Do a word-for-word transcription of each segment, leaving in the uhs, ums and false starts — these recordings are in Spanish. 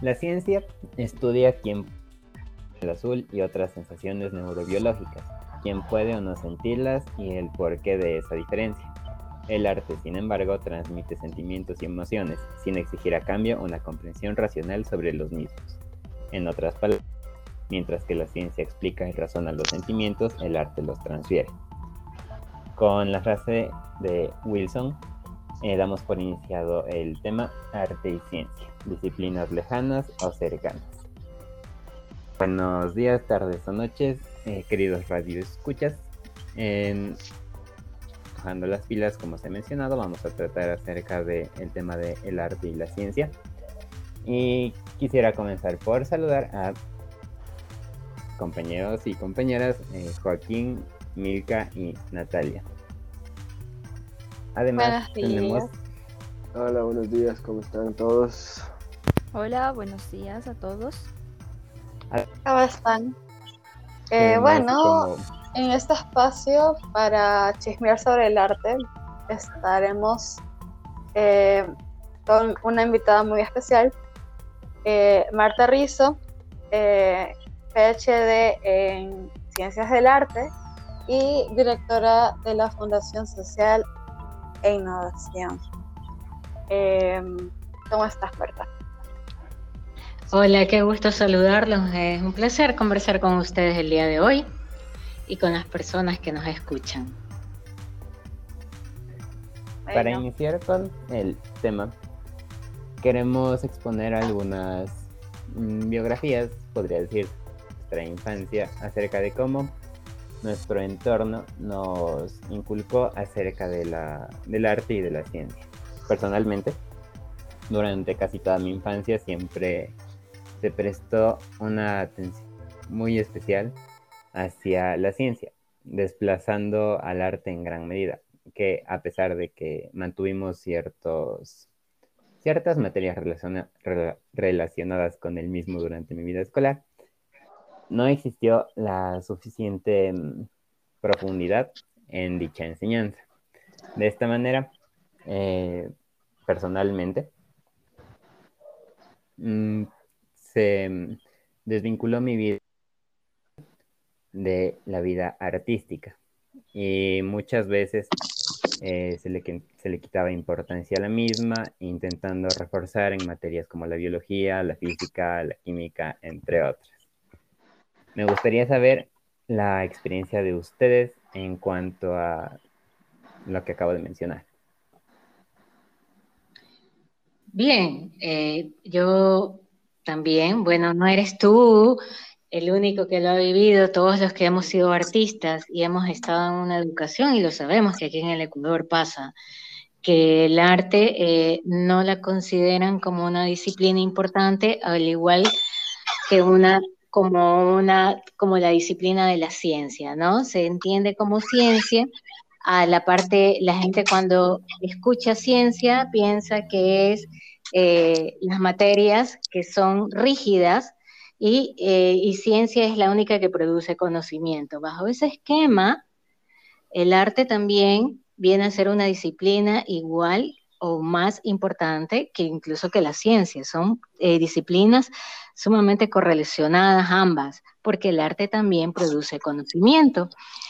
La ciencia estudia quién el azul y otras sensaciones neurobiológicas, quién puede o no sentirlas y el porqué de esa diferencia. El arte, sin embargo, transmite sentimientos y emociones, sin exigir a cambio una comprensión racional sobre los mismos. En otras palabras, mientras que la ciencia explica y razona los sentimientos, el arte los transfiere. Con la frase de Wilson, eh, damos por iniciado el tema arte y ciencia, disciplinas lejanas o cercanas. Buenos días, tardes o noches, eh, queridos radioescuchas. En Bajando las pilas, como os he mencionado, vamos a tratar acerca del tema del arte y la ciencia. Y quisiera comenzar por saludar a compañeros y compañeras eh, Joaquín, Milka y Natalia. Además, Buenos tenemos... días. Hola, buenos días, ¿cómo están todos? Hola, buenos días a todos. ¿Cómo están? Eh, tenemos así bueno, como... en este espacio para chismear sobre el arte estaremos eh, con una invitada muy especial, eh, Marta Rizzo, eh, P H D en Ciencias del Arte y directora de la Fundación Social e Innovación. Eh, ¿Cómo estás, Marta? Hola, qué gusto saludarlos. Es un placer conversar con ustedes el día de hoy y con las personas que nos escuchan. Para Bueno. iniciar con el tema, queremos exponer algunas mmm, biografías, podría decir, de nuestra infancia, acerca de cómo nuestro entorno nos inculcó acerca de la, del arte y de la ciencia. Personalmente, durante casi toda mi infancia siempre se prestó una atención muy especial hacia la ciencia, desplazando al arte en gran medida, que a pesar de que mantuvimos ciertos, ciertas materias relaciona, rela, relacionadas con el mismo durante mi vida escolar, no existió la suficiente mmm, profundidad en dicha enseñanza. De esta manera, eh, personalmente, mmm, se desvinculó mi vida de la vida artística y muchas veces eh, se, le, se le quitaba importancia a la misma, intentando reforzar en materias como la biología, la física, la química, entre otras. Me gustaría saber la experiencia de ustedes en cuanto a lo que acabo de mencionar. Bien, eh, yo también, bueno, no eres tú el único que lo ha vivido, todos los que hemos sido artistas y hemos estado en una educación, y lo sabemos que aquí en el Ecuador pasa, que el arte eh, no la consideran como una disciplina importante, al igual que una como una como la disciplina de la ciencia, ¿no? Se entiende como ciencia. A la parte, la gente cuando escucha ciencia piensa que es eh, las materias que son rígidas y, eh, y ciencia es la única que produce conocimiento. Bajo ese esquema, el arte también viene a ser una disciplina igual o más importante que incluso que la ciencia. Son eh, disciplinas sumamente correlacionadas ambas, porque el arte también produce conocimiento.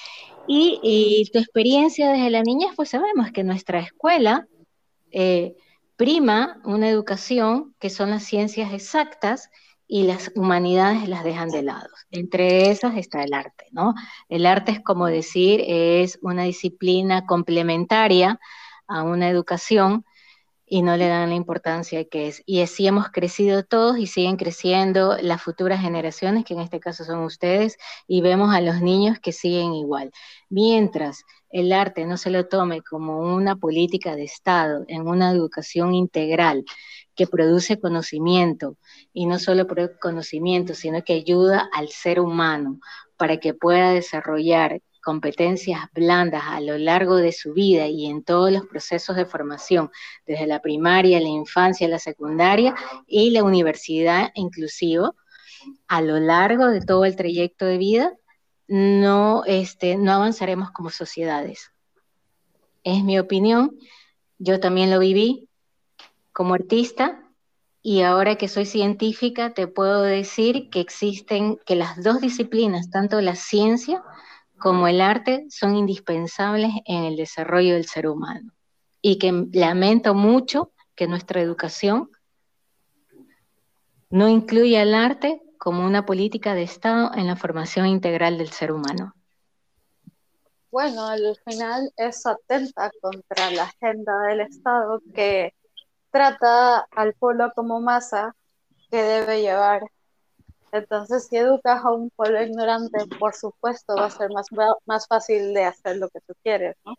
Y, y tu experiencia desde la niñez, pues sabemos que nuestra escuela eh, prima una educación que son las ciencias exactas y las humanidades las dejan de lado. Entre esas está el arte, ¿no? El arte es como decir, es una disciplina complementaria a una educación y no le dan la importancia que es. Y así hemos crecido todos y siguen creciendo las futuras generaciones, que en este caso son ustedes, y vemos a los niños que siguen igual. Mientras el arte no se lo tome como una política de Estado, en una educación integral que produce conocimiento, y no solo conocimiento, sino que ayuda al ser humano para que pueda desarrollar competencias blandas a lo largo de su vida y en todos los procesos de formación, desde la primaria, la infancia, la secundaria y la universidad inclusivo, a lo largo de todo el trayecto de vida, no, este, no avanzaremos como sociedades. Es mi opinión, yo también lo viví como artista y ahora que soy científica te puedo decir que existen, que las dos disciplinas, tanto la ciencia como el arte, son indispensables en el desarrollo del ser humano. Y que lamento mucho que nuestra educación no incluya el arte como una política de Estado en la formación integral del ser humano. Bueno, al final eso atenta contra la agenda del Estado que trata al pueblo como masa que debe llevar. Entonces, si educas a un pueblo ignorante, por supuesto va a ser más, más fácil de hacer lo que tú quieres, ¿no?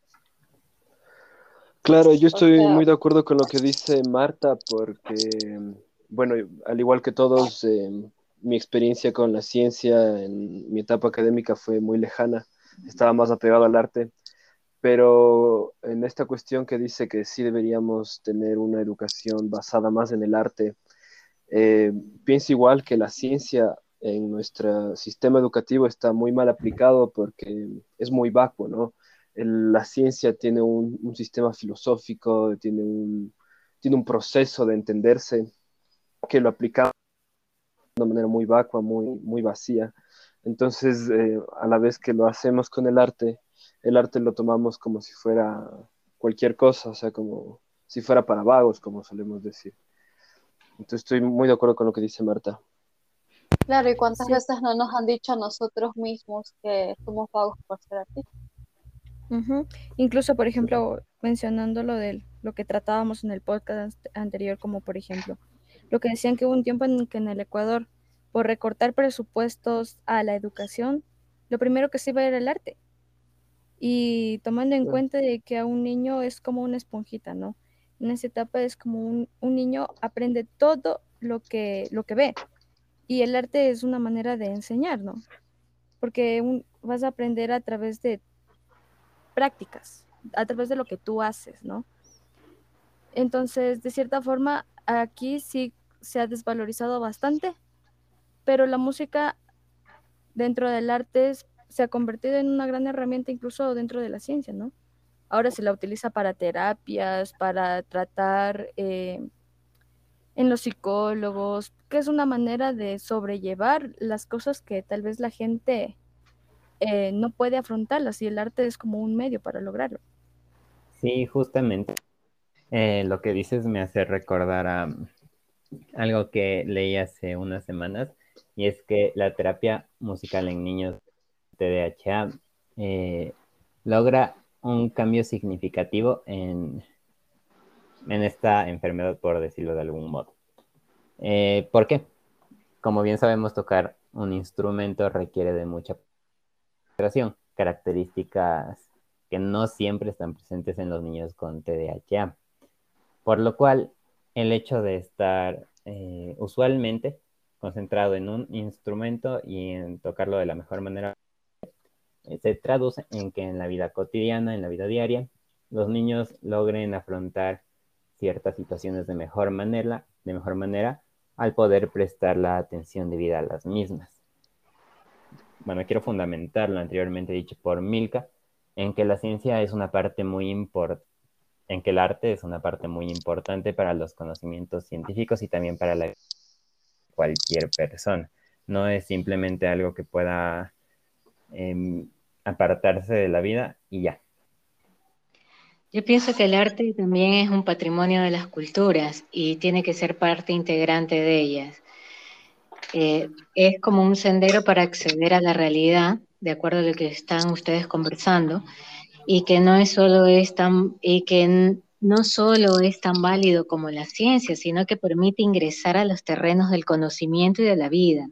Claro, yo O estoy sea, muy de acuerdo con lo que dice Marta porque, bueno, al igual que todos, eh, mi experiencia con la ciencia en mi etapa académica fue muy lejana, estaba más apegado al arte, pero en esta cuestión que dice que sí deberíamos tener una educación basada más en el arte, eh, pienso igual que la ciencia en nuestro sistema educativo está muy mal aplicado porque es muy vacuo, ¿no? El- la ciencia tiene un, un sistema filosófico, tiene un, tiene un proceso de entenderse que lo aplicamos de una manera muy vacua, muy, muy vacía. Entonces, eh, a la vez que lo hacemos con el arte, el arte lo tomamos como si fuera cualquier cosa, o sea, como si fuera para vagos, como solemos decir. Entonces, estoy muy de acuerdo con lo que dice Marta. claro, ¿y cuántas Sí. veces no nos han dicho a nosotros mismos que somos vagos por ser artistas? Ujú. Incluso, por ejemplo, mencionando lo de lo que tratábamos en el podcast anterior, como por ejemplo, lo que decían que hubo un tiempo en que en el Ecuador, por recortar presupuestos a la educación, lo primero que se iba era el arte. Y tomando en cuenta de que a un niño es como una esponjita, ¿no? En esa etapa es como un, un niño aprende todo lo que, lo que ve. Y el arte es una manera de enseñar, ¿no? Porque un- vas a aprender a través de prácticas, a través de lo que tú haces, ¿no? Entonces, de cierta forma, aquí sí se ha desvalorizado bastante, pero la música dentro del arte es- se ha convertido en una gran herramienta incluso dentro de la ciencia, ¿no? Ahora se la utiliza para terapias, para tratar eh, en los psicólogos, que es una manera de sobrellevar las cosas que tal vez la gente eh, no puede afrontarlas y el arte es como un medio para lograrlo. Sí, justamente eh, lo que dices me hace recordar a mm, algo que leí hace unas semanas, y es que la terapia musical en niños T D A H eh, logra un cambio significativo en, en esta enfermedad, por decirlo de algún modo. Eh, ¿por qué? Como bien sabemos, tocar un instrumento requiere de mucha concentración, características que no siempre están presentes en los niños con T D A H. Por lo cual, el hecho de estar eh, usualmente concentrado en un instrumento y en tocarlo de la mejor manera, eh, se traduce en que en la vida cotidiana, en la vida diaria, los niños logren afrontar ciertas situaciones de mejor manera, de mejor manera al poder prestar la atención debida a las mismas. Bueno, quiero fundamentar lo anteriormente dicho por Milka, en que la ciencia es una parte muy importante, en que el arte es una parte muy importante para los conocimientos científicos y también para la cualquier persona. No es simplemente algo que pueda eh, apartarse de la vida y ya. Yo pienso que el arte también es un patrimonio de las culturas y tiene que ser parte integrante de ellas. Eh, es como un sendero para acceder a la realidad, de acuerdo a lo que están ustedes conversando, y que no es solo es tan, y que n- no solo es tan válido como la ciencia, sino que permite ingresar a los terrenos del conocimiento y de la vida.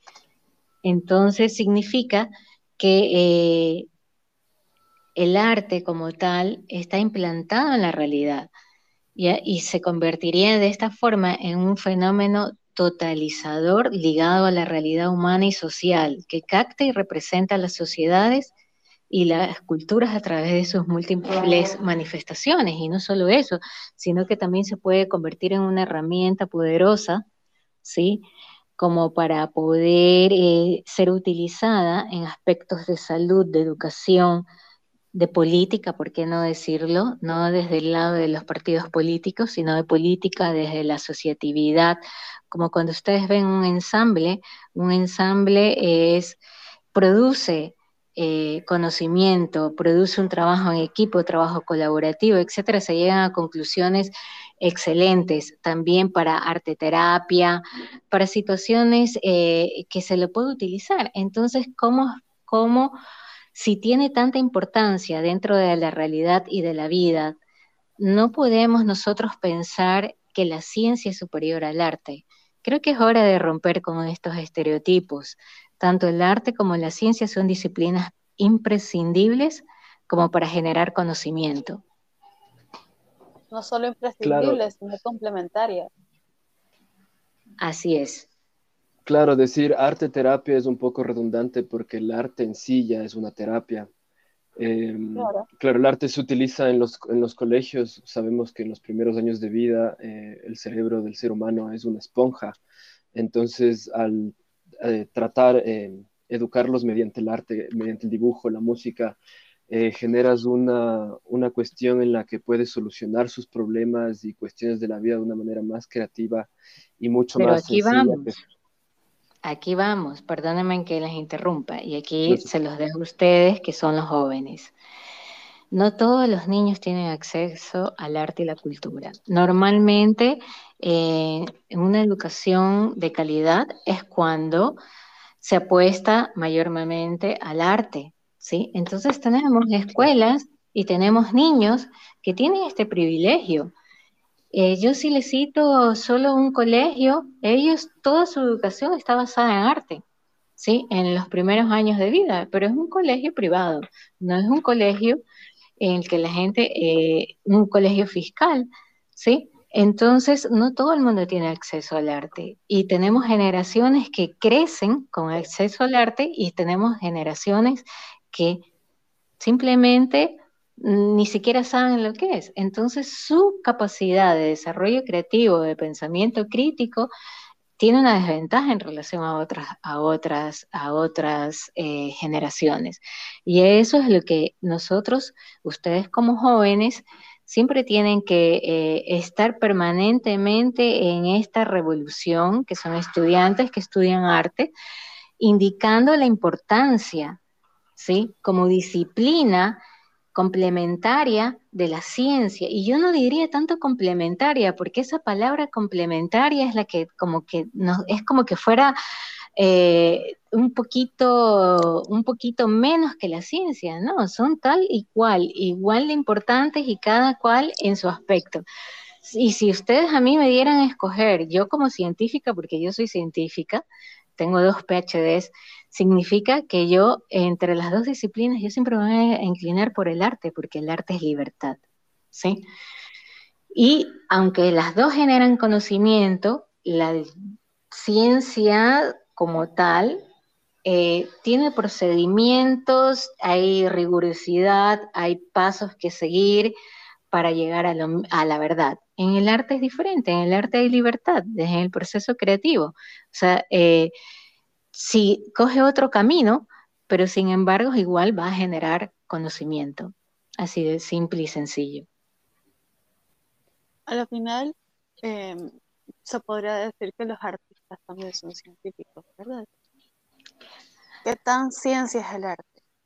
Entonces significa que eh, el arte como tal está implantado en la realidad y, y se convertiría de esta forma en un fenómeno totalizador ligado a la realidad humana y social, que capta y representa las sociedades y las culturas a través de sus múltiples manifestaciones. Y no solo eso, sino que también se puede convertir en una herramienta poderosa, ¿sí? Como para poder eh, ser utilizada en aspectos de salud, de educación, de política, ¿por qué no decirlo? No desde el lado de los partidos políticos, sino de política desde la asociatividad, como cuando ustedes ven un ensamble, un ensamble es, produce eh, conocimiento, produce un trabajo en equipo, trabajo colaborativo, etcétera, se llegan a conclusiones excelentes, también para arte terapia, para situaciones eh, que se lo puede utilizar. Entonces, ¿cómo, cómo si tiene tanta importancia dentro de la realidad y de la vida, no podemos nosotros pensar que la ciencia es superior al arte? Creo que es hora de romper con estos estereotipos. Tanto el arte como la ciencia son disciplinas imprescindibles como para generar conocimiento. No solo Claro, imprescindibles, sino complementarias. Así es. claro, decir arte terapia es un poco redundante porque el arte en sí ya es una terapia. Eh, Claro. claro, el arte se utiliza en los, en los colegios. Sabemos que en los primeros años de vida eh, el cerebro del ser humano es una esponja. Entonces, al eh, tratar eh, educarlos mediante el arte, mediante el dibujo, la música, eh, generas una, una cuestión en la que puedes solucionar sus problemas y cuestiones de la vida de una manera más creativa y mucho Pero más aquí sencilla. Que, vamos, aquí vamos, perdónenme que les interrumpa, y no aquí sé, se los dejo a ustedes, que son los jóvenes. No todos los niños tienen acceso al arte y la cultura. Normalmente, eh, en una educación de calidad es cuando se apuesta mayormente al arte, ¿sí? Entonces tenemos escuelas y tenemos niños que tienen este privilegio. Eh, yo sí les cito solo un colegio, ellos, toda su educación está basada en arte, ¿sí? En los primeros años de vida, pero es un colegio privado, no es un colegio en el que la gente, eh, un colegio fiscal, ¿sí? Entonces, no todo el mundo tiene acceso al arte y tenemos generaciones que crecen con acceso al arte y tenemos generaciones que simplemente ni siquiera saben lo que es. Entonces, su capacidad de desarrollo creativo, de pensamiento crítico, tiene una desventaja en relación a otras, a otras, a otras eh, generaciones. Y eso es lo que nosotros, ustedes como jóvenes, siempre tienen que eh, estar permanentemente en esta revolución, que son estudiantes que estudian arte, indicando la importancia, ¿sí? Como disciplina complementaria de la ciencia, y yo no diría tanto complementaria, porque esa palabra complementaria es la que como que no, es como que fuera eh, un poquito, un poquito menos que la ciencia, ¿no? Son tal y cual, igual de importantes y cada cual en su aspecto. Y si ustedes a mí me dieran a escoger, yo como científica, porque yo soy científica, tengo dos P H Ds, significa que yo, entre las dos disciplinas, yo siempre me voy a inclinar por el arte, porque el arte es libertad, ¿sí? Y aunque las dos generan conocimiento, la ciencia como tal eh, tiene procedimientos, hay rigurosidad, hay pasos que seguir para llegar a, lo, a la verdad. En el arte es diferente, en el arte hay libertad, desde el proceso creativo. O sea, eh, si coge otro camino, pero sin embargo igual va a generar conocimiento. Así de simple y sencillo. A lo final, eh, se podría decir que los artistas también son científicos, ¿verdad? ¿Qué tan ciencia es el arte?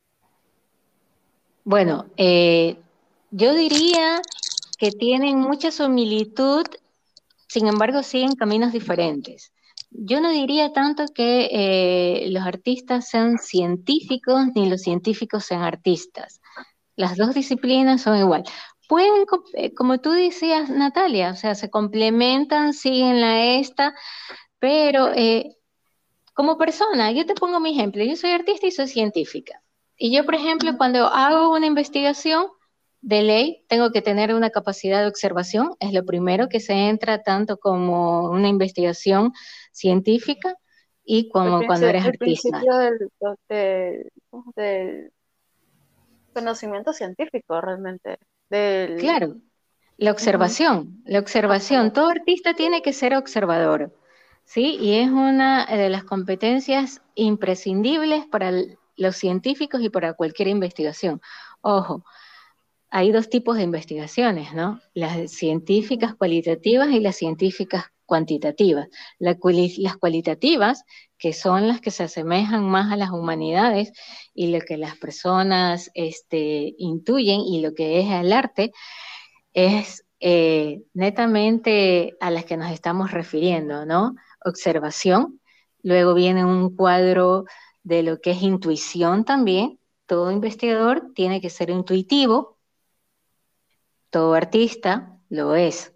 Bueno, eh, yo diría que tienen mucha similitud, sin embargo siguen caminos diferentes. Yo no diría tanto que eh, los artistas sean científicos ni los científicos sean artistas. Las dos disciplinas son igual. Pueden, como tú decías, Natalia, o sea, se complementan, siguen la esta, pero eh, como persona, yo te pongo mi ejemplo, yo soy artista y soy científica. Y yo, por ejemplo, cuando hago una investigación de ley, tengo que tener una capacidad de observación, es lo primero que se entra tanto como una investigación científica y como El, cuando eres el artista. principio del, del, del conocimiento científico realmente. Del, Claro, la observación, la observación. Todo artista tiene que ser observador, ¿sí? Y es una de las competencias imprescindibles para los científicos y para cualquier investigación, Ojo, hay dos tipos de investigaciones, ¿no? Las científicas cualitativas y las científicas cuantitativas. La cuali- las cualitativas, que son las que se asemejan más a las humanidades y lo que las personas este, intuyen y lo que es el arte, es eh, netamente a las que nos estamos refiriendo, ¿no? Observación, luego viene un cuadro de lo que es intuición también. Todo investigador tiene que ser intuitivo, todo artista lo es.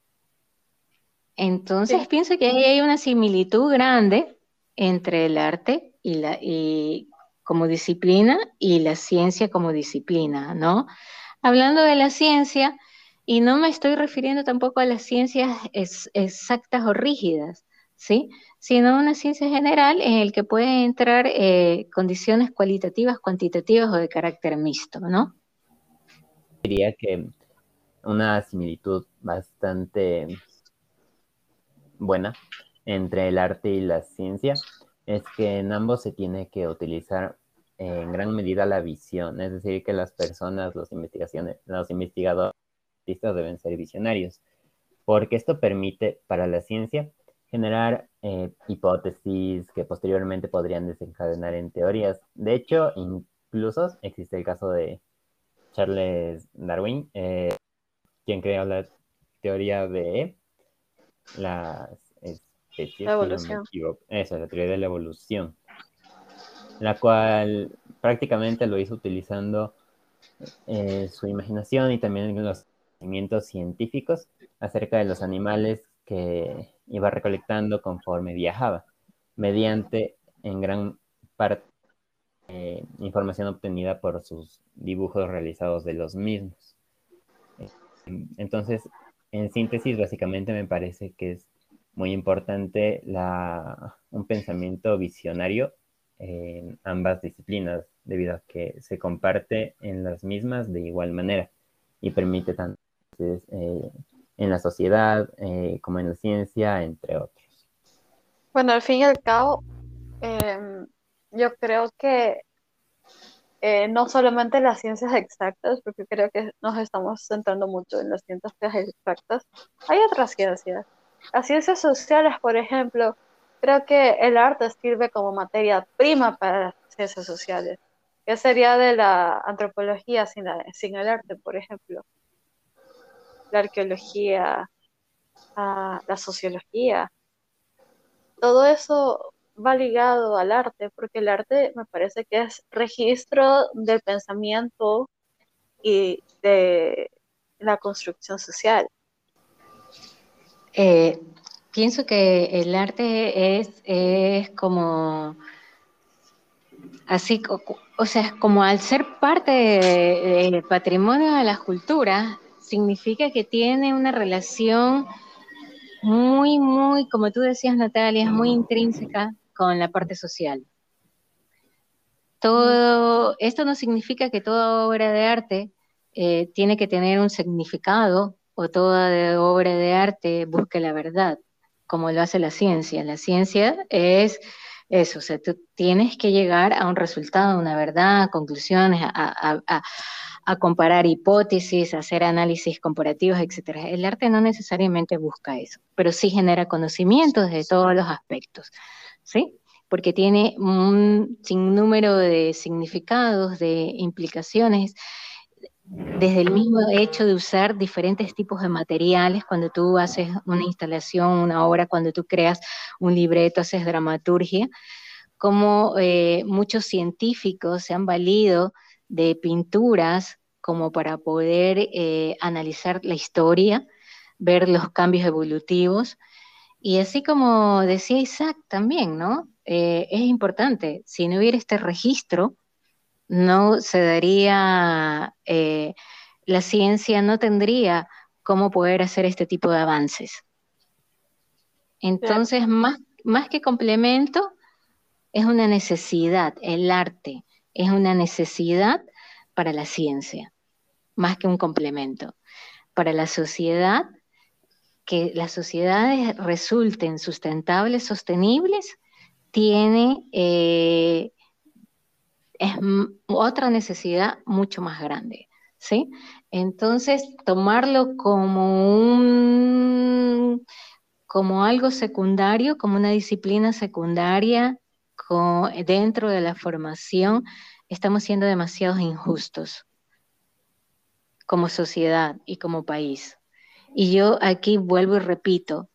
Entonces Sí. pienso que ahí hay una similitud grande entre el arte y la, y como disciplina y la ciencia como disciplina, ¿no? Hablando de la ciencia, y no me estoy refiriendo tampoco a las ciencias es- exactas o rígidas, ¿sí? Sino a una ciencia general en el que pueden entrar eh, condiciones cualitativas, cuantitativas o de carácter mixto, ¿no? Diría que una similitud bastante buena entre el arte y la ciencia es que en ambos se tiene que utilizar en gran medida la visión, es decir, que las personas, los investigaciones, los investigadores artistas deben ser visionarios, porque esto permite para la ciencia generar eh, hipótesis que posteriormente podrían desencadenar en teorías. De hecho, incluso existe el caso de Charles Darwin, eh, quien creó la teoría de las La especies, si no me evolución. equivoco. Eso, la teoría de la evolución, la cual prácticamente lo hizo utilizando eh, su imaginación y también los conocimientos científicos acerca de los animales que iba recolectando conforme viajaba, mediante en gran parte eh, información obtenida por sus dibujos realizados de los mismos. Entonces, en síntesis, básicamente me parece que es muy importante la, un pensamiento visionario en ambas disciplinas, debido a que se comparte en las mismas de igual manera y permite tanto eh, en la sociedad eh, como en la ciencia, entre otros. Bueno, al fin y al cabo, em, yo creo que eh, no solamente las ciencias exactas, porque creo que nos estamos centrando mucho en las ciencias exactas, hay otras ciencias. Las ciencias sociales, por ejemplo, creo que el arte sirve como materia prima para las ciencias sociales. ¿Qué sería de la antropología sin, la- sin el arte, por ejemplo? La arqueología, ah, la sociología, todo eso va ligado al arte, porque el arte me parece que es registro del pensamiento y de la construcción social. Eh, Pienso que el arte es, es como, así, co- co- o sea, es como al ser parte de- del patrimonio de las culturas, significa que tiene una relación muy, muy, como tú decías, Natalia, muy intrínseca con la parte social. Ujú. Todo, esto no significa que toda obra de arte eh, tiene que tener un significado o toda de- obra de arte busque la verdad, como lo hace la ciencia. La ciencia es eso, o sea, tú tienes que llegar a un resultado, una verdad, conclusiones, a, a- a- a comparar hipótesis, a hacer análisis comparativos, etcétera. El arte no necesariamente busca eso, pero sí genera conocimientos de todos los aspectos, ¿sí? Porque tiene un sinnúmero de significados, de implicaciones, desde el mismo hecho de usar diferentes tipos de materiales, cuando tú haces una instalación, una obra, cuando tú creas un libreto, haces dramaturgia, como eh, muchos científicos se han valido de pinturas como para poder eh, analizar la historia, ver los cambios evolutivos, y así como decía Isaac también, ¿no? Eh, es importante, si no hubiera este registro, no se daría, eh, la ciencia no tendría cómo poder hacer este tipo de avances. Claro. Entonces, más, más que complemento, es una necesidad, el arte es una necesidad para la ciencia, más que un complemento. Para la sociedad, que las sociedades resulten sustentables, sostenibles, tiene, eh, es m- otra necesidad mucho más grande, ¿sí? Entonces, tomarlo como un, como algo secundario, como una disciplina secundaria co- dentro de la formación, estamos siendo demasiado injustos como sociedad y como país. Y yo aquí vuelvo y repito,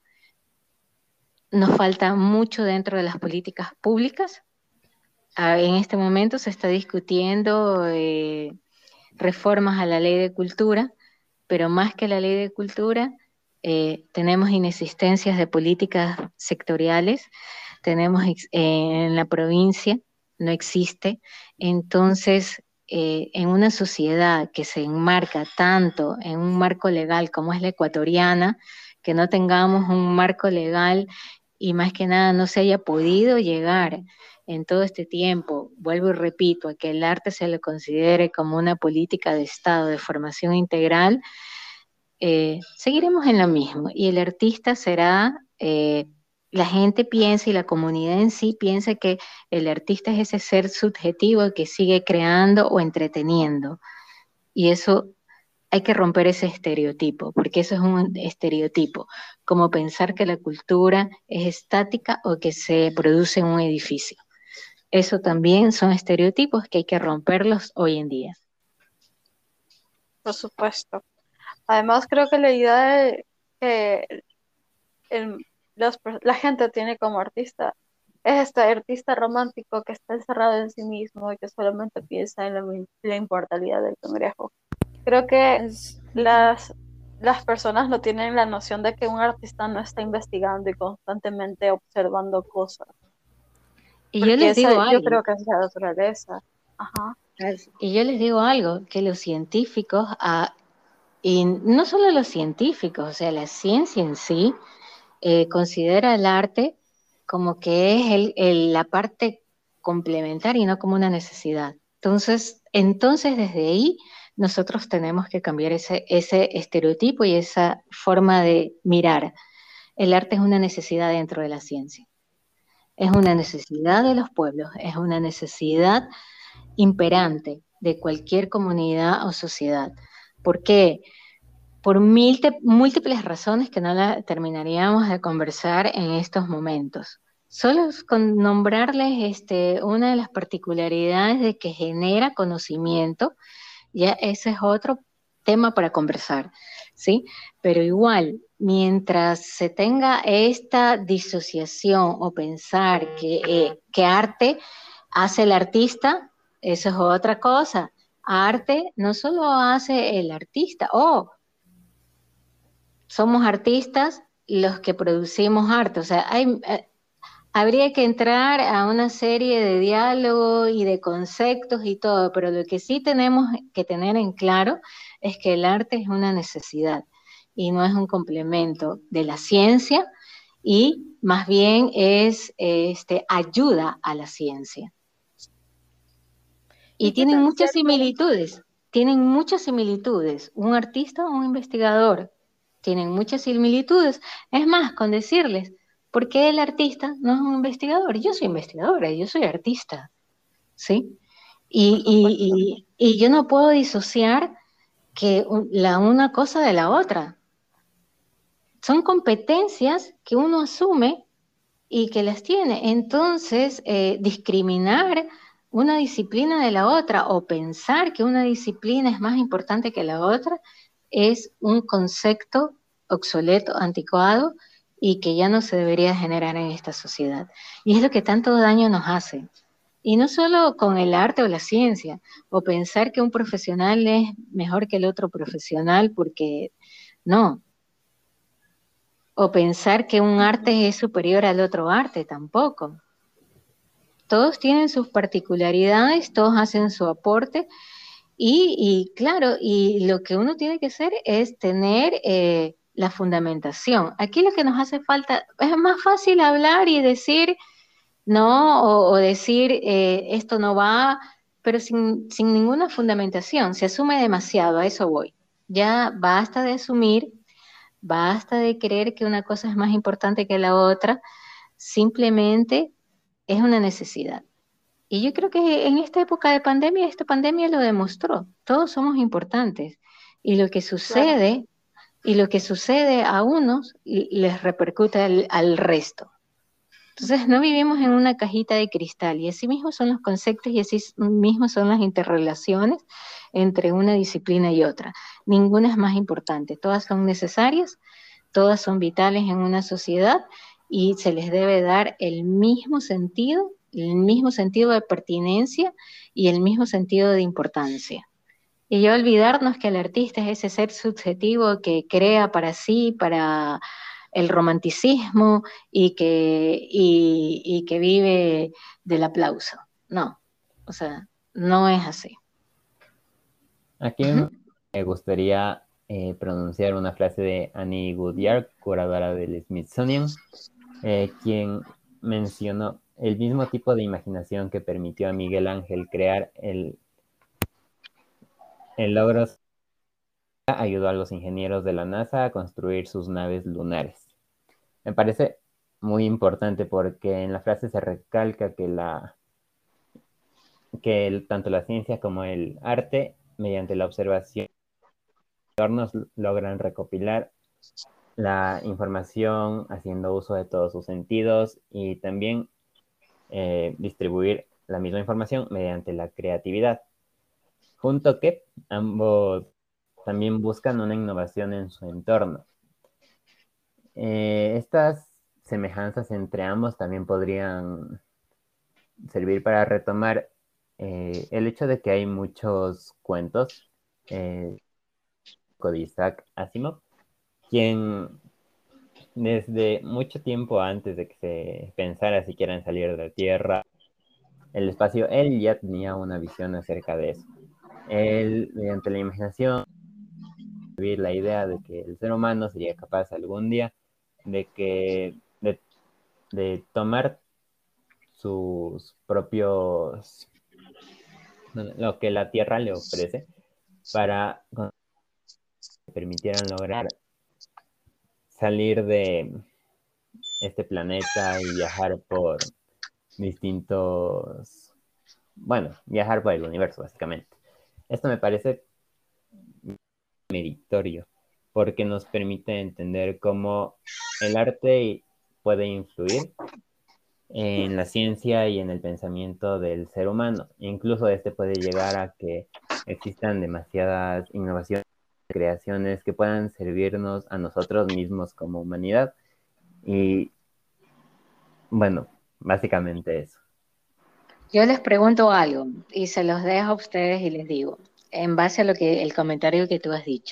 nos falta mucho dentro de las políticas públicas. Ah, en este momento se está discutiendo eh, reformas a la ley de cultura, pero más que la ley de cultura, eh, tenemos inexistencias de políticas sectoriales, tenemos ex- eh, en la provincia, no existe. Entonces, eh, en una sociedad que se enmarca tanto en un marco legal como es la ecuatoriana, que no tengamos un marco legal y más que nada no se haya podido llegar en todo este tiempo, vuelvo y repito, a que el arte se le considere como una política de Estado de formación integral, eh, seguiremos en lo mismo. Y el artista será, eh, la gente piensa y la comunidad en sí piensa que el artista es ese ser subjetivo que sigue creando o entreteniendo. Y eso hay que romper ese estereotipo, porque eso es un estereotipo, como pensar que la cultura es estática o que se produce en un edificio. Eso también son estereotipos que hay que romperlos hoy en día. Por supuesto. Además, creo que la idea de que el- los per- la gente tiene como artista es este artista romántico que está encerrado en sí mismo y que solamente piensa en la, mi- la inmortalidad del cangrejo. Creo que Es, las, las personas no tienen la noción de que un artista no está investigando y constantemente observando cosas, Y yo porque les esa, digo yo algo, creo que es la naturaleza. Ajá. y yo les digo algo, que los científicos, ah, y no solo los científicos, o sea, la ciencia en sí, eh, considera el arte como que es el, el- la parte complementaria y no como una necesidad. Entonces, entonces desde ahí nosotros tenemos que cambiar ese, ese estereotipo y esa forma de mirar. El arte es una necesidad dentro de la ciencia. Es una necesidad de los pueblos, es una necesidad imperante de cualquier comunidad o sociedad. ¿Por qué? Por mil múltiples razones que no la terminaríamos de conversar en estos momentos. Solo con nombrarles este, una de las particularidades de que genera conocimiento, ya ese es otro tema para conversar, ¿sí? Pero igual, mientras se tenga esta disociación o pensar que, eh, que arte hace el artista, eso es otra cosa. Arte no solo hace el artista, oh, somos artistas los que producimos arte, o sea, hay, eh, habría que entrar a una serie de diálogo y de conceptos y todo, pero lo que sí tenemos que tener en claro es que el arte es una necesidad y no es un complemento de la ciencia y más bien es este, ayuda a la ciencia. Y ¿y qué tienen tan muchas cierto? similitudes, tienen muchas similitudes. Un artista o un investigador tienen muchas similitudes. Es más, con decirles, ¿por qué el artista no es un investigador? Yo soy investigadora, yo soy artista, ¿sí? Por Y, supuesto. y, y, y yo no puedo disociar que un- la una cosa de la otra. Son competencias que uno asume y que las tiene. Entonces, eh, discriminar una disciplina de la otra o pensar que una disciplina es más importante que la otra es un concepto obsoleto, anticuado y que ya no se debería generar en esta sociedad. Y es lo que tanto daño nos hace. Y no solo con el arte o la ciencia, o pensar que un profesional es mejor que el otro profesional porque no, o pensar que un Ujú. arte es superior al otro arte tampoco. Todos tienen sus particularidades, todos hacen su aporte y, y claro, y lo que uno tiene que hacer es tener eh, la fundamentación. Aquí lo que nos hace falta, es más fácil hablar y decir no o, o decir eh, esto no va, pero sin, sin ninguna fundamentación, se asume demasiado, a eso voy. Ya basta de asumir, basta de creer que una cosa es más importante que la otra, simplemente es una necesidad. Y yo creo que en esta época de pandemia, esta pandemia lo demostró. Todos somos importantes. Y lo que Claro, sucede, y lo que sucede a unos les repercute al, al resto. Entonces no vivimos en una cajita de cristal y así mismo son los conceptos y así mismo son las interrelaciones entre una disciplina y otra. Ninguna es más importante, todas son necesarias, todas son vitales en una sociedad y se les debe dar el mismo sentido, el mismo sentido de pertinencia y el mismo sentido de importancia. Y ya olvidarnos que el artista es ese ser subjetivo que crea para sí, para el romanticismo y que, y, y que vive del aplauso. No, o sea, no es así. Aquí Ujú. me gustaría eh, pronunciar una frase de Annie Goodyear, curadora del Smithsonian, eh, quien mencionó el mismo tipo de imaginación que permitió a Miguel Ángel crear el, el logro ayudó a los ingenieros de la NASA a construir sus naves lunares. Me parece muy importante porque en la frase se recalca que, la, que el, tanto la ciencia como el arte, mediante la observación de entornos, logran recopilar la información haciendo uso de todos sus sentidos y también eh, distribuir la misma información mediante la creatividad. Junto que ambos también buscan una innovación en su entorno. Eh, estas semejanzas entre ambos también podrían servir para retomar eh, el hecho de que hay muchos cuentos eh, de Isaac Asimov, quien desde mucho tiempo antes de que se pensara siquiera en salir de la Tierra, el espacio, él ya tenía una visión acerca de eso. Él, mediante la imaginación, vivir la idea de que el ser humano sería capaz algún día de que de, de tomar sus propios, lo que la Tierra le ofrece para que permitieran lograr salir de este planeta y viajar por distintos, bueno, viajar por el universo básicamente. Esto me parece meritorio porque nos permite entender cómo el arte puede influir en la ciencia y en el pensamiento del ser humano. Incluso este puede llegar a que existan demasiadas innovaciones, creaciones que puedan servirnos a nosotros mismos como humanidad. Y bueno, básicamente eso. Yo les pregunto algo y se los dejo a ustedes y les digo, en base a lo que el comentario que tú has dicho.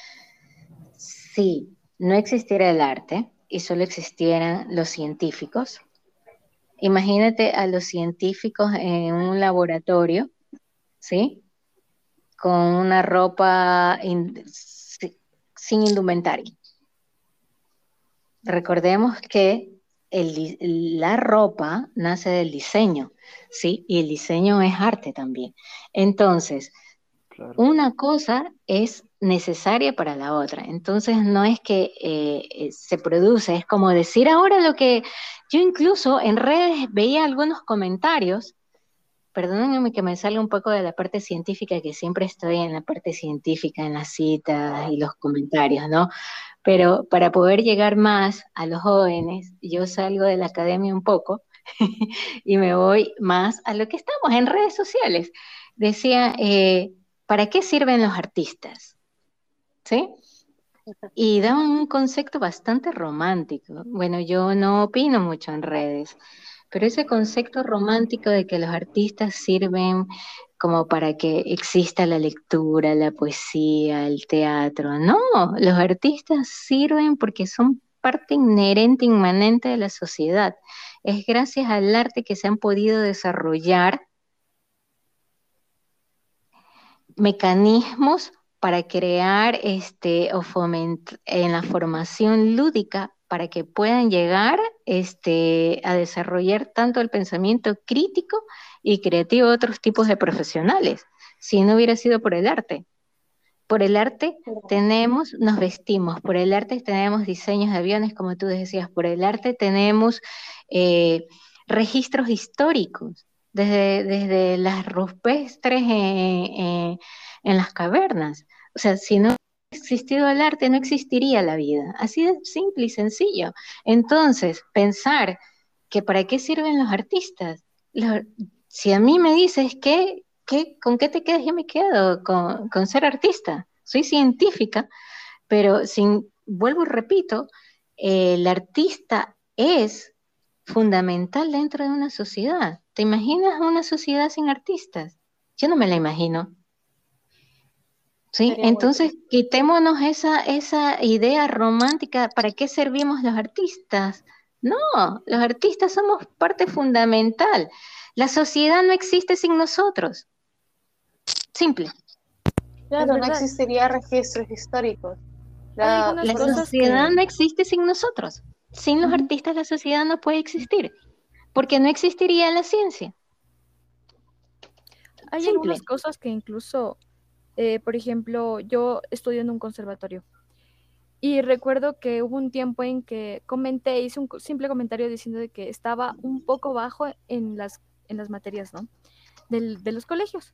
Si no existiera el arte y solo existieran los científicos, imagínate a los científicos en un laboratorio, ¿sí? Con una ropa in- si- sin indumentaria. Recordemos que el di- la ropa nace del diseño, ¿sí? Y el diseño es arte también. Entonces, Claro. una cosa es necesaria para la otra. Entonces, no es que eh, eh, se produce, es como decir ahora lo que yo incluso en redes veía algunos comentarios. Perdónenme que me salga un poco de la parte científica, que siempre estoy en la parte científica, en las citas y los comentarios, ¿no? Pero para poder llegar más a los jóvenes, yo salgo de la academia un poco y me voy más a lo que estamos en redes sociales. Decía, eh, ¿para qué sirven los artistas? ¿Sí? Y daban un concepto bastante romántico. Bueno, yo no opino mucho en redes, pero ese concepto romántico de que los artistas sirven como para que exista la lectura, la poesía, el teatro. No, los artistas sirven porque son parte inherente, inmanente de la sociedad. Es gracias al arte que se han podido desarrollar mecanismos para crear este o fomentar en la formación lúdica para que puedan llegar este, a desarrollar tanto el pensamiento crítico y creativo de otros tipos de profesionales, si no hubiera sido por el arte. Por el arte tenemos, nos vestimos, por el arte tenemos diseños de aviones, como tú decías, por el arte tenemos eh, registros históricos. desde, desde las rupestres en, en, en las cavernas. O sea, si no hubiera existido el arte, no existiría la vida. Así de simple y sencillo. Entonces, pensar que para qué sirven los artistas. Los, si a mí me dices que, que, ¿con qué te quedas? Yo me quedo con, con ser artista. Soy científica, pero sin, vuelvo y repito, eh, el artista es fundamental dentro de una sociedad. ¿Te imaginas una sociedad sin artistas? Yo no me la imagino. ¿Sí? Sería muy Entonces, triste. quitémonos esa, esa idea romántica. ¿Para qué servimos los artistas? No, los artistas somos parte fundamental. La sociedad no existe sin nosotros. Simple. Claro, Es no verdad. existiría registros históricos. Hay La, algunas La cosas sociedad que... no existe sin nosotros. Sin los Ujú. artistas la sociedad no puede existir, porque no existiría la ciencia. Hay Simple. algunas cosas que incluso, eh, por ejemplo, yo estudio en un conservatorio y recuerdo que hubo un tiempo en que comenté, hice un co- simple comentario diciendo de que estaba un poco bajo en las, en las materias, ¿no? Del- de los colegios.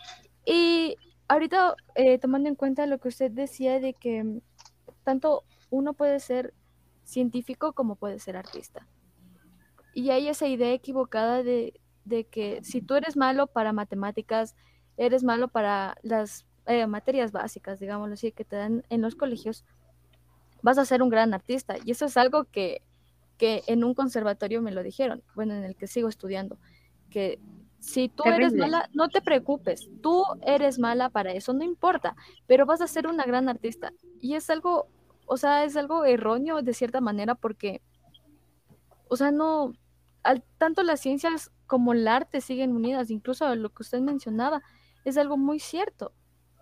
Y ahorita, eh, tomando en cuenta lo que usted decía de que mm, tanto uno puede ser científico como puede ser artista. Y hay esa idea equivocada de, de que si tú eres malo para matemáticas, eres malo para las eh, materias básicas, digámoslo así, que te dan en los colegios, vas a ser un gran artista. Y eso es algo que, que en un conservatorio me lo dijeron, bueno, en el que sigo estudiando, que si tú eres Terrible. mala, no te preocupes, tú eres mala para eso, no importa, pero vas a ser una gran artista. Y es algo, o sea, es algo erróneo de cierta manera porque, o sea, no, al, tanto las ciencias como el arte siguen unidas, incluso lo que usted mencionaba, es algo muy cierto.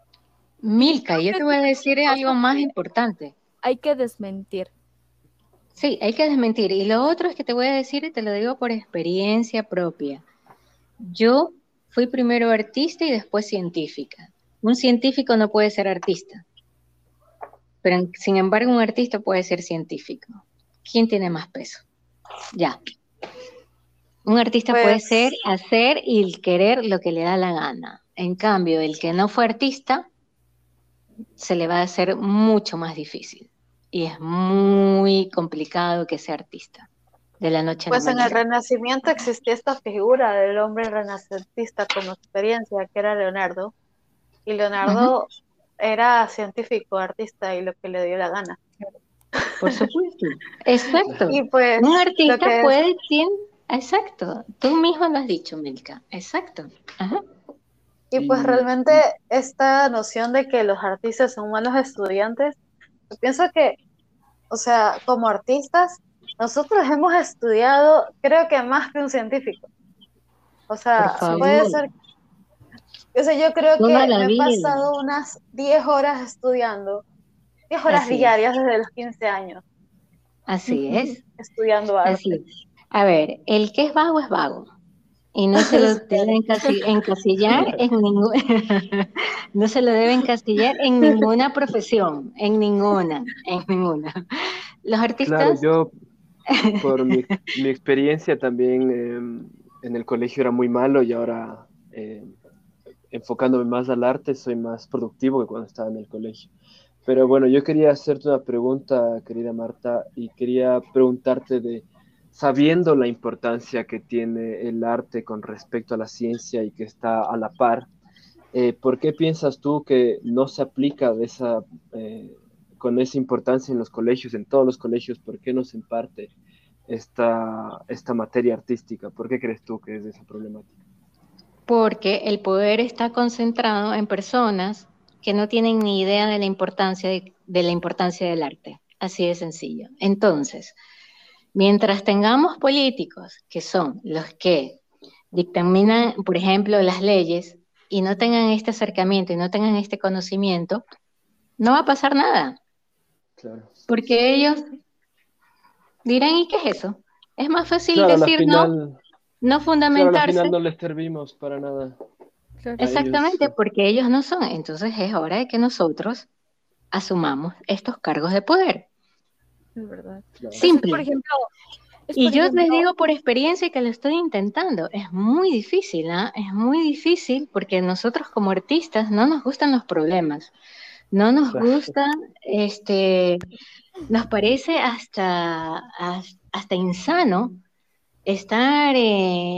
Y Milka, creo yo que te es voy a una decir algo cosa más que importante. hay que desmentir. Sí, hay que desmentir. Y lo otro es que te voy a decir, y te lo digo por experiencia propia. Yo fui primero artista y después científica. Un científico no puede ser artista, pero en- sin embargo un artista puede ser científico. ¿Quién tiene más peso? Ya. Un artista puede ser, Pues, hacer y querer lo que le da la gana. En cambio, el que no fue artista, se le va a hacer mucho más difícil. Y es muy complicado que sea artista, de la noche a la pues en el mañana. Renacimiento existía esta figura del hombre renacentista como experiencia, que era Leonardo. Y Ujú, Leonardo era científico, artista y lo que le dio la gana. por supuesto. Exacto. Y pues Un lo artista que es, puede, tiene, exacto. Tú mismo lo has dicho, Milka. Exacto. Ajá. y pues Y, realmente y esta noción de que los artistas son malos estudiantes, yo pienso que, o sea, como artistas, nosotros hemos estudiado, creo que más que un científico. O Por sea, puede favor. ser, o sea, yo creo Toda que la me he vida. pasado unas diez horas estudiando, diez horas Así es. diarias desde los quince años, Así es. estudiando Así arte. es. A ver, el que es vago es vago. Y no se lo debe encasi- encasillar en ningún, no se lo debe encasillar en ninguna profesión, en ninguna, en ninguna. Los claro, artistas, yo por mi, mi experiencia también eh, en el colegio era muy malo y ahora eh, enfocándome más al arte soy más productivo que cuando estaba en el colegio. Pero bueno, yo quería hacerte una pregunta, querida Marta, y quería preguntarte de, sabiendo la importancia que tiene el arte con respecto a la ciencia y que está a la par, eh, ¿por qué piensas tú que no se aplica de esa, eh, con esa importancia en los colegios, en todos los colegios? ¿Por qué no se imparte esta, esta materia artística? ¿Por qué crees tú que es esa problemática? porque el poder está concentrado en personas que no tienen ni idea de la importancia de, de la importancia del arte. Así de sencillo. Entonces, mientras tengamos políticos que son los que dictaminan, por ejemplo, las leyes y no tengan este acercamiento y no tengan este conocimiento, no va a pasar nada, Claro. porque ellos dirán, ¿y qué es eso? Es más fácil Claro, a la decir no, final, no claro, a la fundamentarse. final no les servimos para nada Claro, a ellos. Exactamente, porque ellos no son. Entonces es hora de que nosotros asumamos estos cargos de poder. es verdad. Claro. Entonces, por Simple. ejemplo, Es, Y por yo les ejemplo, digo por experiencia que lo estoy intentando. Es muy difícil, ¿ah? Es muy difícil porque nosotros como artistas no nos gustan los problemas, no nos Claro, gustan, este, nos parece hasta, hasta, hasta insano estar eh,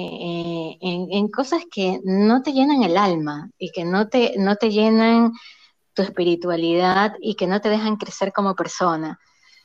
eh, en, en cosas que no te llenan el alma y que no te, no te llenan tu espiritualidad y que no te dejan crecer como persona.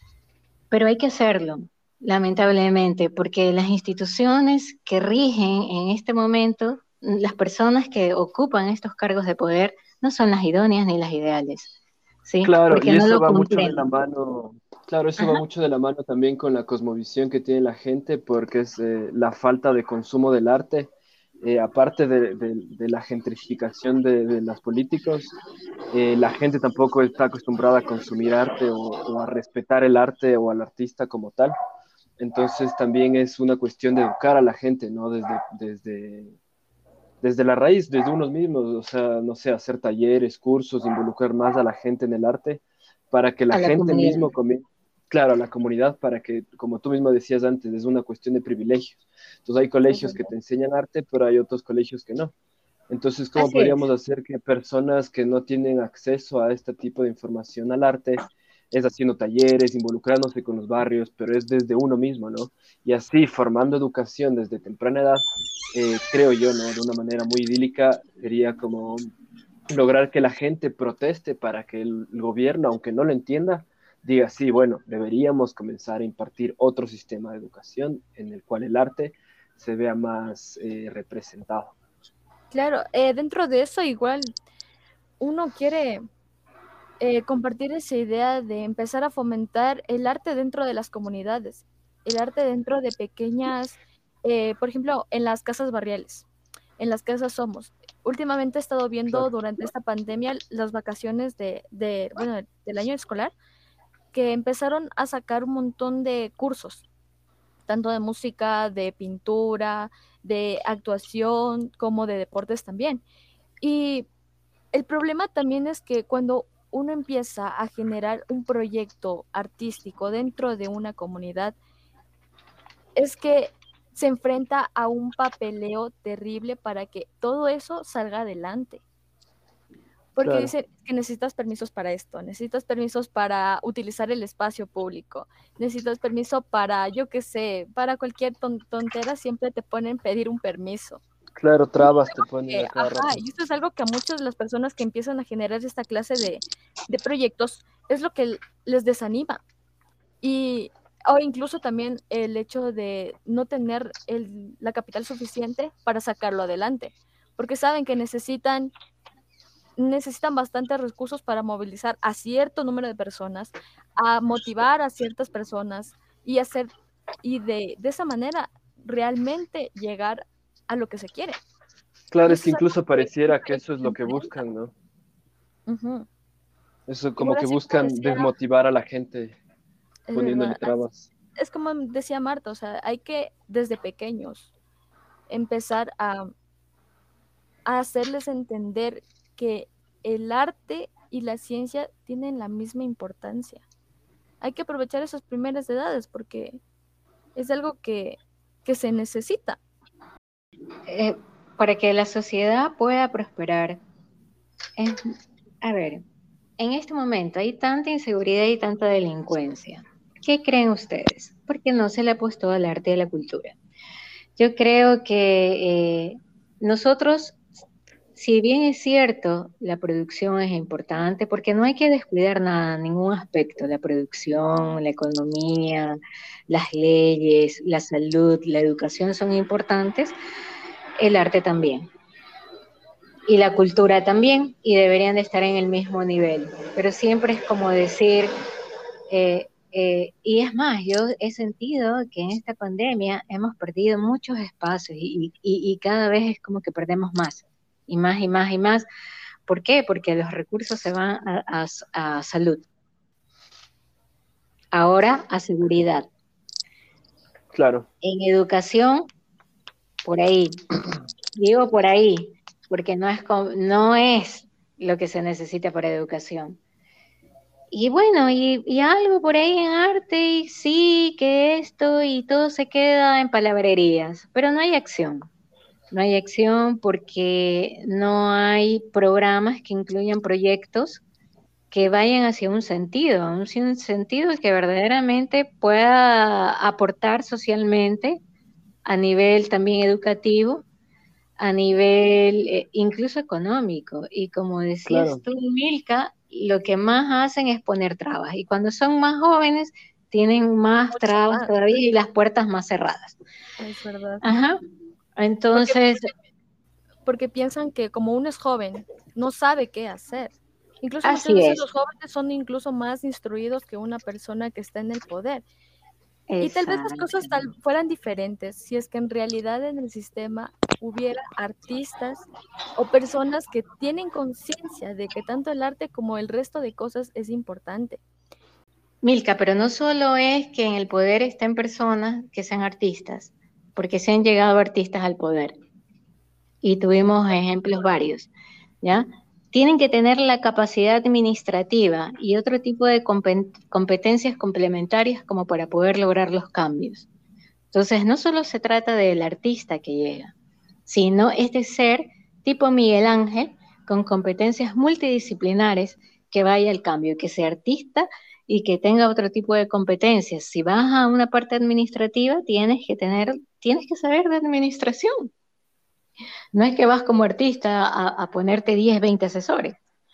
Pero hay que hacerlo, lamentablemente, porque las instituciones que rigen en este momento, las personas que ocupan estos cargos de poder, no son las idóneas ni las ideales, ¿sí? claro, Porque y no eso lo va mucho de la comprenden. mano, claro, eso va Ajá, mucho de la mano también con la cosmovisión que tiene la gente, porque es eh, la falta de consumo del arte, eh, aparte de, de- de la gentrificación de, de los políticos, eh, la gente tampoco está acostumbrada a consumir arte o, o a respetar el arte o al artista como tal. Entonces también es una cuestión de educar a la gente, ¿no? Desde, desde, desde la raíz, desde unos mismos, o sea, no sé, hacer talleres, cursos, involucrar más a la gente en el arte, para que la a la gente comunidad. mismo comience, claro, a la comunidad, para que, como tú mismo decías antes, es una cuestión de privilegios. Entonces hay es colegios que verdad. te enseñan arte, pero hay otros colegios que no. Entonces, ¿cómo Así es. podríamos hacer que personas que no tienen acceso a este tipo de información al arte, es haciendo talleres, involucrándose con los barrios, pero es desde uno mismo, ¿no? Y así, formando educación desde temprana edad, eh, creo yo, ¿no? De una manera muy idílica, sería como lograr que la gente proteste para que el, el gobierno, aunque no lo entienda, diga, sí, bueno, deberíamos comenzar a impartir otro sistema de educación en el cual el arte se vea más eh, representado. Claro, eh, dentro de eso igual uno quiere eh, compartir esa idea de empezar a fomentar el arte dentro de las comunidades, el arte dentro de pequeñas, eh, por ejemplo, en las casas barriales, en las casas somos. Últimamente he estado viendo Claro, durante esta pandemia las vacaciones de, de, bueno, del año escolar, que empezaron a sacar un montón de cursos, tanto de música, de pintura, de actuación, como de deportes también. Y el problema también es que cuando uno empieza a generar un proyecto artístico dentro de una comunidad, es que se enfrenta a un papeleo terrible para que todo eso salga adelante. Porque claro. dice que necesitas permisos para esto, necesitas permisos para utilizar el espacio público, necesitas permiso para, yo qué sé, para cualquier ton tontera siempre te ponen pedir un permiso. Claro, Y trabas te ponen eh, a cada ajá, rato. y esto es algo que a muchas de las personas que empiezan a generar esta clase de, de proyectos es lo que les desanima. Y, o incluso también el hecho de no tener el, la capital suficiente para sacarlo adelante, porque saben que necesitan, necesitan bastantes recursos para movilizar a cierto número de personas, a motivar a ciertas personas y hacer, y de, de esa manera realmente llegar a lo que se quiere. Claro, Y es eso que es algo incluso que pareciera muchas que eso veces es se lo que enfrenta. buscan, ¿no? Ujú. Eso como Igual que así como buscan decía, desmotivar a la gente es poniéndole verdad, as- trabas. es como decía Marta, o sea, hay que desde pequeños empezar a, a hacerles entender que el arte y la ciencia tienen la misma importancia. Hay que aprovechar esas primeras edades porque es algo que, que se necesita. Eh, para que la sociedad pueda prosperar, es, a ver, en este momento hay tanta inseguridad y tanta delincuencia. ¿Qué creen ustedes? ¿Por qué no se le apostó al arte y a la cultura? Yo creo que eh, nosotros, si bien es cierto, la producción es importante, porque no hay que descuidar nada, ningún aspecto, la producción, la economía, las leyes, la salud, la educación son importantes, el arte también. Y la cultura también, y deberían de estar en el mismo nivel. Pero siempre es como decir, eh, eh, y es más, yo he sentido que en esta pandemia hemos perdido muchos espacios y, y, y cada vez es como que perdemos más, y más, y más, y más. ¿Por qué? Porque los recursos se van a, a, a salud, ahora a seguridad. Claro, En educación, por ahí, digo por ahí, porque no es, no es lo que se necesita para educación. Y bueno, y, y algo por ahí en arte, y sí, que esto, y todo se queda en palabrerías, pero no hay acción. No hay acción porque no hay programas que incluyan proyectos que vayan hacia un sentido, un, un sentido que verdaderamente pueda aportar socialmente a nivel también educativo, a nivel eh, incluso económico. Y como decías Claro, tú, Milka, lo que más hacen es poner trabas. Y cuando son más jóvenes, tienen más Mucho trabas más, todavía y las puertas más cerradas. es verdad. Ajá. Porque, Entonces, porque piensan que como uno es joven, no sabe qué hacer. Incluso muchas así veces es. los jóvenes son incluso más instruidos que una persona que está en el poder. Y tal vez las Exacto. cosas tal fueran diferentes si es que en realidad en el sistema hubiera artistas o personas que tienen conciencia de que tanto el arte como el resto de cosas es importante. Milka, pero no solo es que en el poder estén personas que sean artistas, porque se han llegado artistas al poder. Y tuvimos ejemplos varios, ¿ya? Tienen que tener la capacidad administrativa y otro tipo de competencias complementarias como para poder lograr los cambios. Entonces, no solo se trata del artista que llega, sino es de ser tipo Miguel Ángel, con competencias multidisciplinares, que vaya al cambio, que sea artista y que tenga otro tipo de competencias. Si vas a una parte administrativa, tienes que tener, tienes que saber de administración. No es que vas como artista a, a ponerte diez, veinte asesores,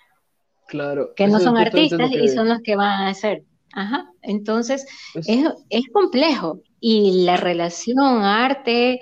claro, que no eso es son justamente es artistas lo y que son los que van a hacer. Ajá. Entonces, es, es, es complejo. Y la relación arte,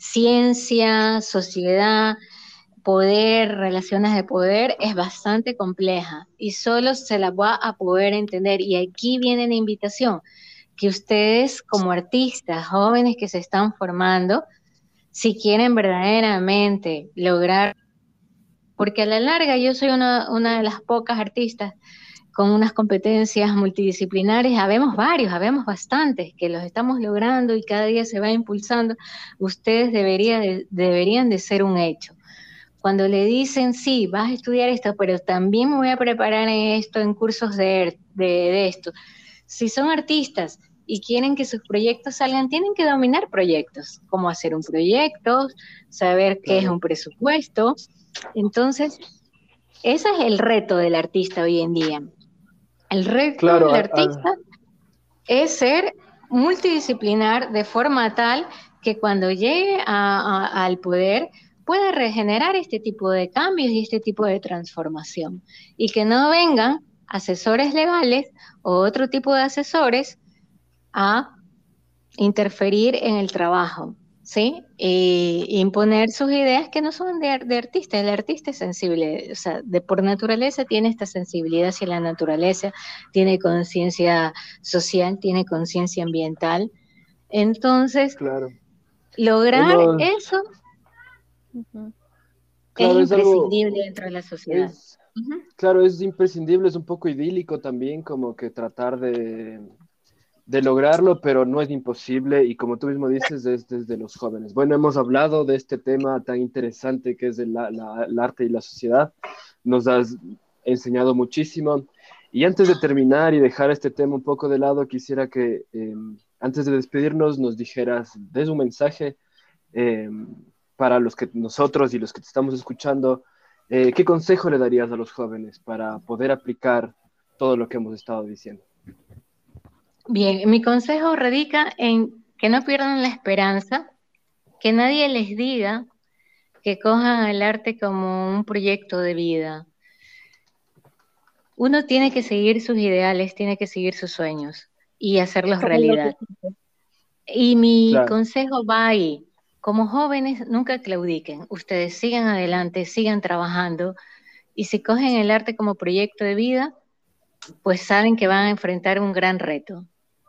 ciencia, sociedad, poder, relaciones de poder, es bastante compleja y solo se la va a poder entender. Y aquí viene la invitación, que ustedes como artistas, jóvenes que se están formando, si quieren verdaderamente lograr, porque a la larga yo soy una, una de las pocas artistas con unas competencias multidisciplinares, habemos varios, habemos bastantes que los estamos logrando y cada día se va impulsando, ustedes debería de, deberían de ser un hecho. Cuando le dicen, sí, vas a estudiar esto, pero también me voy a preparar en esto, en cursos de, de, de esto. Si son artistas y quieren que sus proyectos salgan, tienen que dominar proyectos, cómo hacer un proyecto, saber qué es claro, un presupuesto. Entonces, ese es el reto del artista hoy en día. El reto claro, del a- artista a- es ser multidisciplinar de forma tal que cuando llegue a, a, al poder pueda regenerar este tipo de cambios y este tipo de transformación. Y que no vengan asesores legales o otro tipo de asesores a interferir en el trabajo, ¿sí? E imponer sus ideas que no son de, de artista. El artista es sensible, o sea, de por naturaleza tiene esta sensibilidad hacia la naturaleza, tiene conciencia social, tiene conciencia ambiental. Entonces, claro. lograr Hemos, eso Ujú. es claro, es algo, imprescindible dentro de la sociedad. es, Ujú. claro, es imprescindible, es un poco idílico también, como que tratar de, de lograrlo, pero no es imposible y como tú mismo dices, es desde los jóvenes. Bueno, hemos hablado de este tema tan interesante que es el, la, la, el arte y la sociedad, nos has enseñado muchísimo y antes de terminar y dejar este tema un poco de lado, quisiera que eh, antes de despedirnos nos dijeras, des un mensaje eh, para los que nosotros y los que te estamos escuchando, eh, ¿qué consejo le darías a los jóvenes para poder aplicar todo lo que hemos estado diciendo? Bien, mi consejo radica en que no pierdan la esperanza, que nadie les diga que cojan el arte como un proyecto de vida. Uno tiene que seguir sus ideales, tiene que seguir sus sueños y hacerlos Como lo que realidad. Y mi Claro, consejo va ahí. Como jóvenes, nunca claudiquen. Ustedes sigan adelante, sigan trabajando y si cogen el arte como proyecto de vida, pues saben que van a enfrentar un gran reto.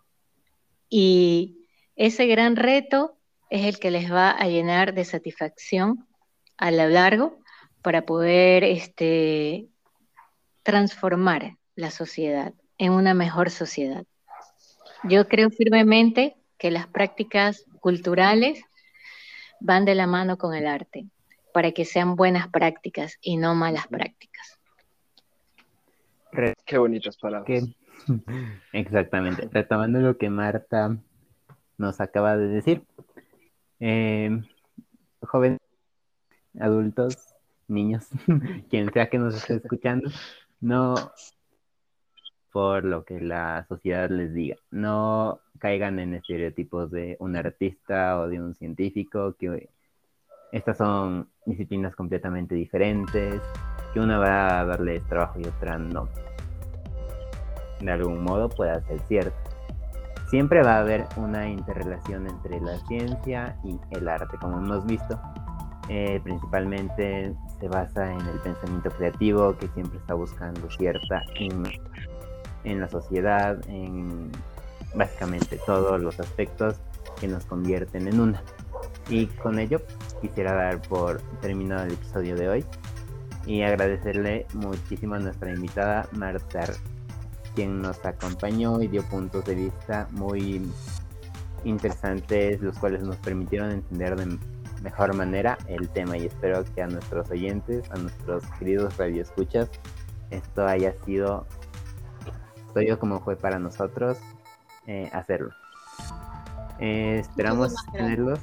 Y ese gran reto es el que les va a llenar de satisfacción a lo largo para poder este, transformar la sociedad en una mejor sociedad. Yo creo firmemente que las prácticas culturales van de la mano con el arte, para que sean buenas prácticas y no malas prácticas. Re- Qué bonitas palabras. que exactamente, retomando lo que Marta nos acaba de decir, eh, jóvenes, adultos, niños, quien sea que nos esté escuchando, no por lo que la sociedad les diga, no caigan en estereotipos de un artista o de un científico, que estas son disciplinas completamente diferentes, que una va a darles trabajo y otra no. De algún modo puede ser cierto. Siempre va a haber una interrelación entre la ciencia y el arte, como hemos visto. Eh, principalmente se basa en el pensamiento creativo, que siempre está buscando cierta inmersión en la sociedad, en básicamente todos los aspectos que nos convierten en una. Y con ello quisiera dar por terminado el episodio de hoy y agradecerle muchísimo a nuestra invitada Marta, quien nos acompañó y dio puntos de vista muy interesantes, los cuales nos permitieron entender de mejor manera el tema, y espero que a nuestros oyentes, a nuestros queridos radioescuchas, esto haya sido todo como fue para nosotros eh, hacerlo. Eh, esperamos tenerlos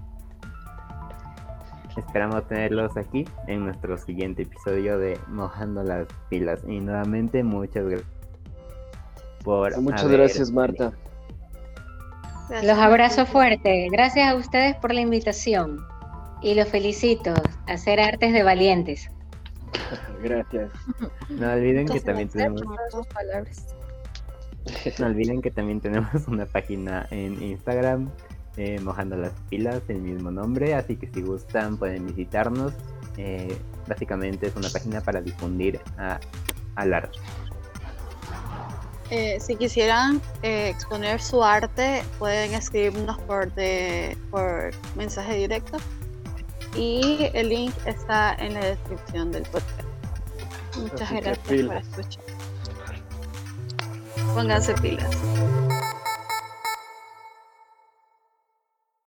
esperamos tenerlos aquí en nuestro siguiente episodio de Mojando las Pilas, y nuevamente muchas gracias por Muchas haber... gracias, Marta. Los abrazo fuerte. Gracias a ustedes por la invitación y los felicito. Hacer artes de valientes. Gracias. No olviden que Muchas también gracias tenemos por todas sus palabras. no olviden que también tenemos una página en Instagram, eh, Mojando las Pilas, el mismo nombre, así que si gustan pueden visitarnos. Eh, básicamente es una página para difundir a, al arte. Eh, si quisieran eh, exponer su arte, pueden escribirnos por, de, por mensaje directo, y el link está en la descripción del podcast. Muchas Así que gracias por pilas. escuchar. Pónganse pilas.